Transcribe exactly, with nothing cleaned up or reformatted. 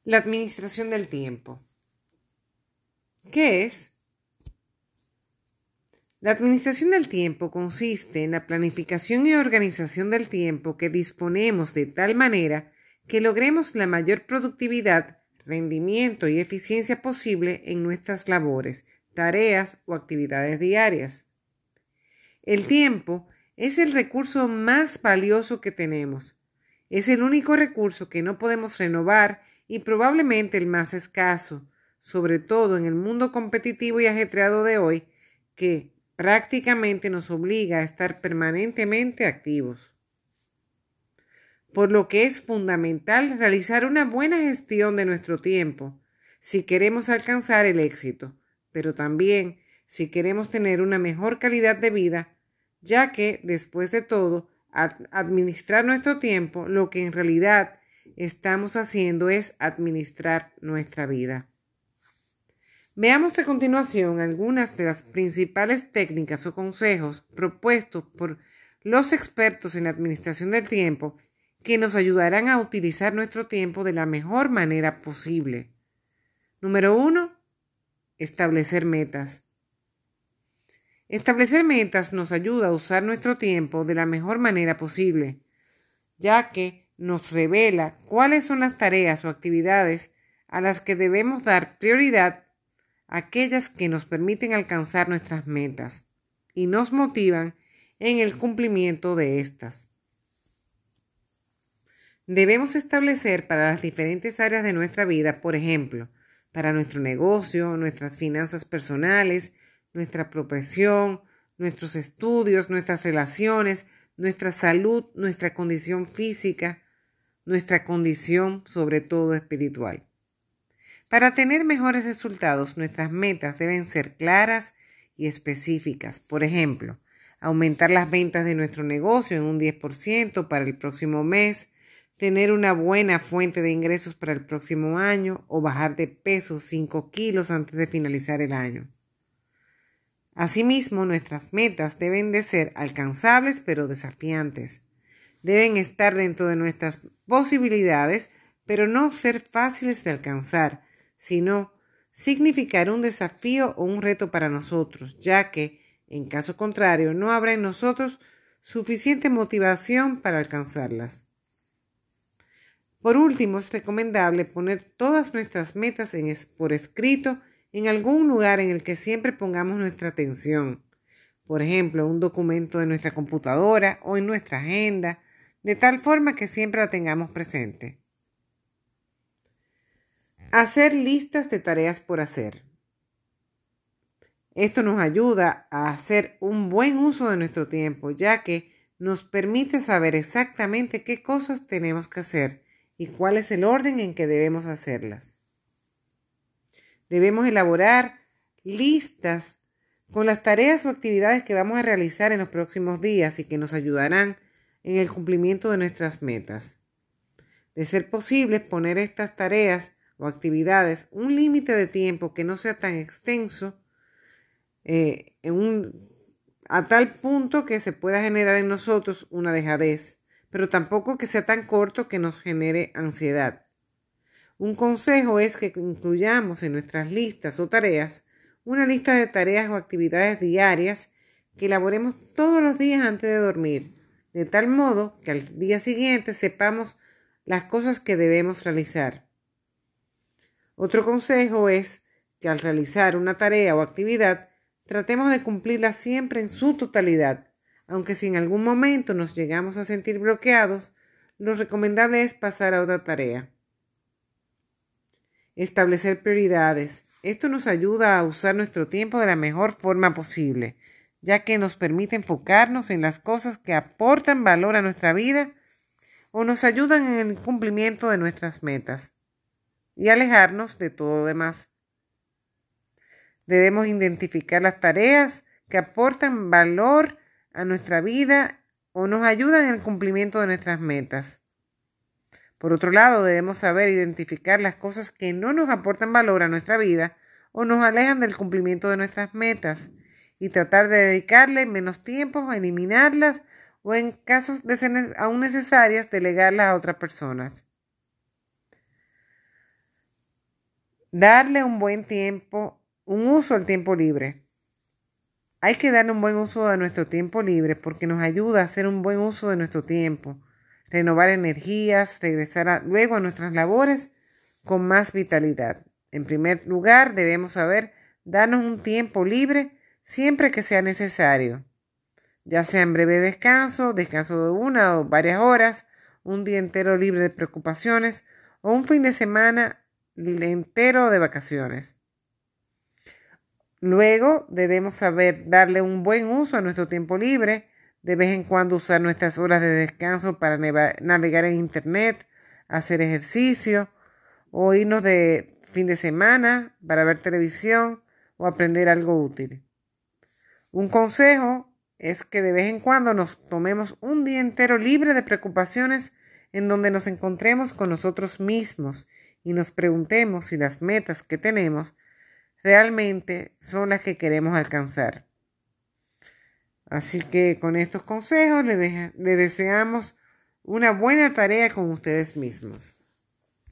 La administración del tiempo. ¿Qué es? La administración del tiempo consiste en la planificación y organización del tiempo que disponemos de tal manera que logremos la mayor productividad, rendimiento y eficiencia posible en nuestras labores, tareas o actividades diarias. El tiempo es el recurso más valioso que tenemos. Es el único recurso que no podemos renovar y probablemente el más escaso, sobre todo en el mundo competitivo y ajetreado de hoy, que prácticamente nos obliga a estar permanentemente activos. Por lo que es fundamental realizar una buena gestión de nuestro tiempo si queremos alcanzar el éxito, pero también si queremos tener una mejor calidad de vida, ya que, después de todo, ad- administrar nuestro tiempo, lo que en realidad estamos haciendo es administrar nuestra vida. Veamos a continuación algunas de las principales técnicas o consejos propuestos por los expertos en la administración del tiempo que nos ayudarán a utilizar nuestro tiempo de la mejor manera posible. Número uno, establecer metas. Establecer metas nos ayuda a usar nuestro tiempo de la mejor manera posible, ya que nos revela cuáles son las tareas o actividades a las que debemos dar prioridad, aquellas que nos permiten alcanzar nuestras metas y nos motivan en el cumplimiento de estas. Debemos establecer para las diferentes áreas de nuestra vida, por ejemplo, para nuestro negocio, nuestras finanzas personales, nuestra profesión, nuestros estudios, nuestras relaciones, nuestra salud, nuestra condición física, nuestra condición sobre todo espiritual. Para tener mejores resultados, nuestras metas deben ser claras y específicas. Por ejemplo, aumentar las ventas de nuestro negocio en un diez por ciento para el próximo mes, tener una buena fuente de ingresos para el próximo año o bajar de peso cinco kilos antes de finalizar el año. Asimismo, nuestras metas deben de ser alcanzables pero desafiantes. Deben estar dentro de nuestras posibilidades, pero no ser fáciles de alcanzar, sino significar un desafío o un reto para nosotros, ya que, en caso contrario, no habrá en nosotros suficiente motivación para alcanzarlas. Por último, es recomendable poner todas nuestras metas en es- por escrito en algún lugar en el que siempre pongamos nuestra atención. Por ejemplo, un documento de nuestra computadora o en nuestra agenda, de tal forma que siempre la tengamos presente. Hacer listas de tareas por hacer. Esto nos ayuda a hacer un buen uso de nuestro tiempo, ya que nos permite saber exactamente qué cosas tenemos que hacer y cuál es el orden en que debemos hacerlas. Debemos elaborar listas con las tareas o actividades que vamos a realizar en los próximos días y que nos ayudarán en el cumplimiento de nuestras metas. De ser posible, poner estas tareas o actividades un límite de tiempo que no sea tan extenso, eh, en un, a tal punto que se pueda generar en nosotros una dejadez, pero tampoco que sea tan corto que nos genere ansiedad. Un consejo es que incluyamos en nuestras listas o tareas una lista de tareas o actividades diarias que elaboremos todos los días antes de dormir, de tal modo que al día siguiente sepamos las cosas que debemos realizar. Otro consejo es que al realizar una tarea o actividad, tratemos de cumplirla siempre en su totalidad, aunque si en algún momento nos llegamos a sentir bloqueados, lo recomendable es pasar a otra tarea. Establecer prioridades. Esto nos ayuda a usar nuestro tiempo de la mejor forma posible, ya que nos permite enfocarnos en las cosas que aportan valor a nuestra vida o nos ayudan en el cumplimiento de nuestras metas y alejarnos de todo lo demás. Debemos identificar las tareas que aportan valor a nuestra vida o nos ayudan en el cumplimiento de nuestras metas. Por otro lado, debemos saber identificar las cosas que no nos aportan valor a nuestra vida o nos alejan del cumplimiento de nuestras metas y tratar de dedicarle menos tiempo a eliminarlas o en casos de ser aún necesarias, delegarlas a otras personas. Darle un buen tiempo, un uso al tiempo libre. Hay que darle un buen uso a nuestro tiempo libre porque nos ayuda a hacer un buen uso de nuestro tiempo, renovar energías, regresar a, luego a nuestras labores con más vitalidad. En primer lugar, debemos saber darnos un tiempo libre siempre que sea necesario, ya sea en breve descanso, descanso de una o varias horas, un día entero libre de preocupaciones o un fin de semana entero de vacaciones. Luego debemos saber darle un buen uso a nuestro tiempo libre, de vez en cuando usar nuestras horas de descanso para navegar en internet, hacer ejercicio o irnos de fin de semana para ver televisión o aprender algo útil. Un consejo es que de vez en cuando nos tomemos un día entero libre de preocupaciones en donde nos encontremos con nosotros mismos y nos preguntemos si las metas que tenemos realmente son las que queremos alcanzar. Así que con estos consejos le, de- le deseamos una buena tarea con ustedes mismos.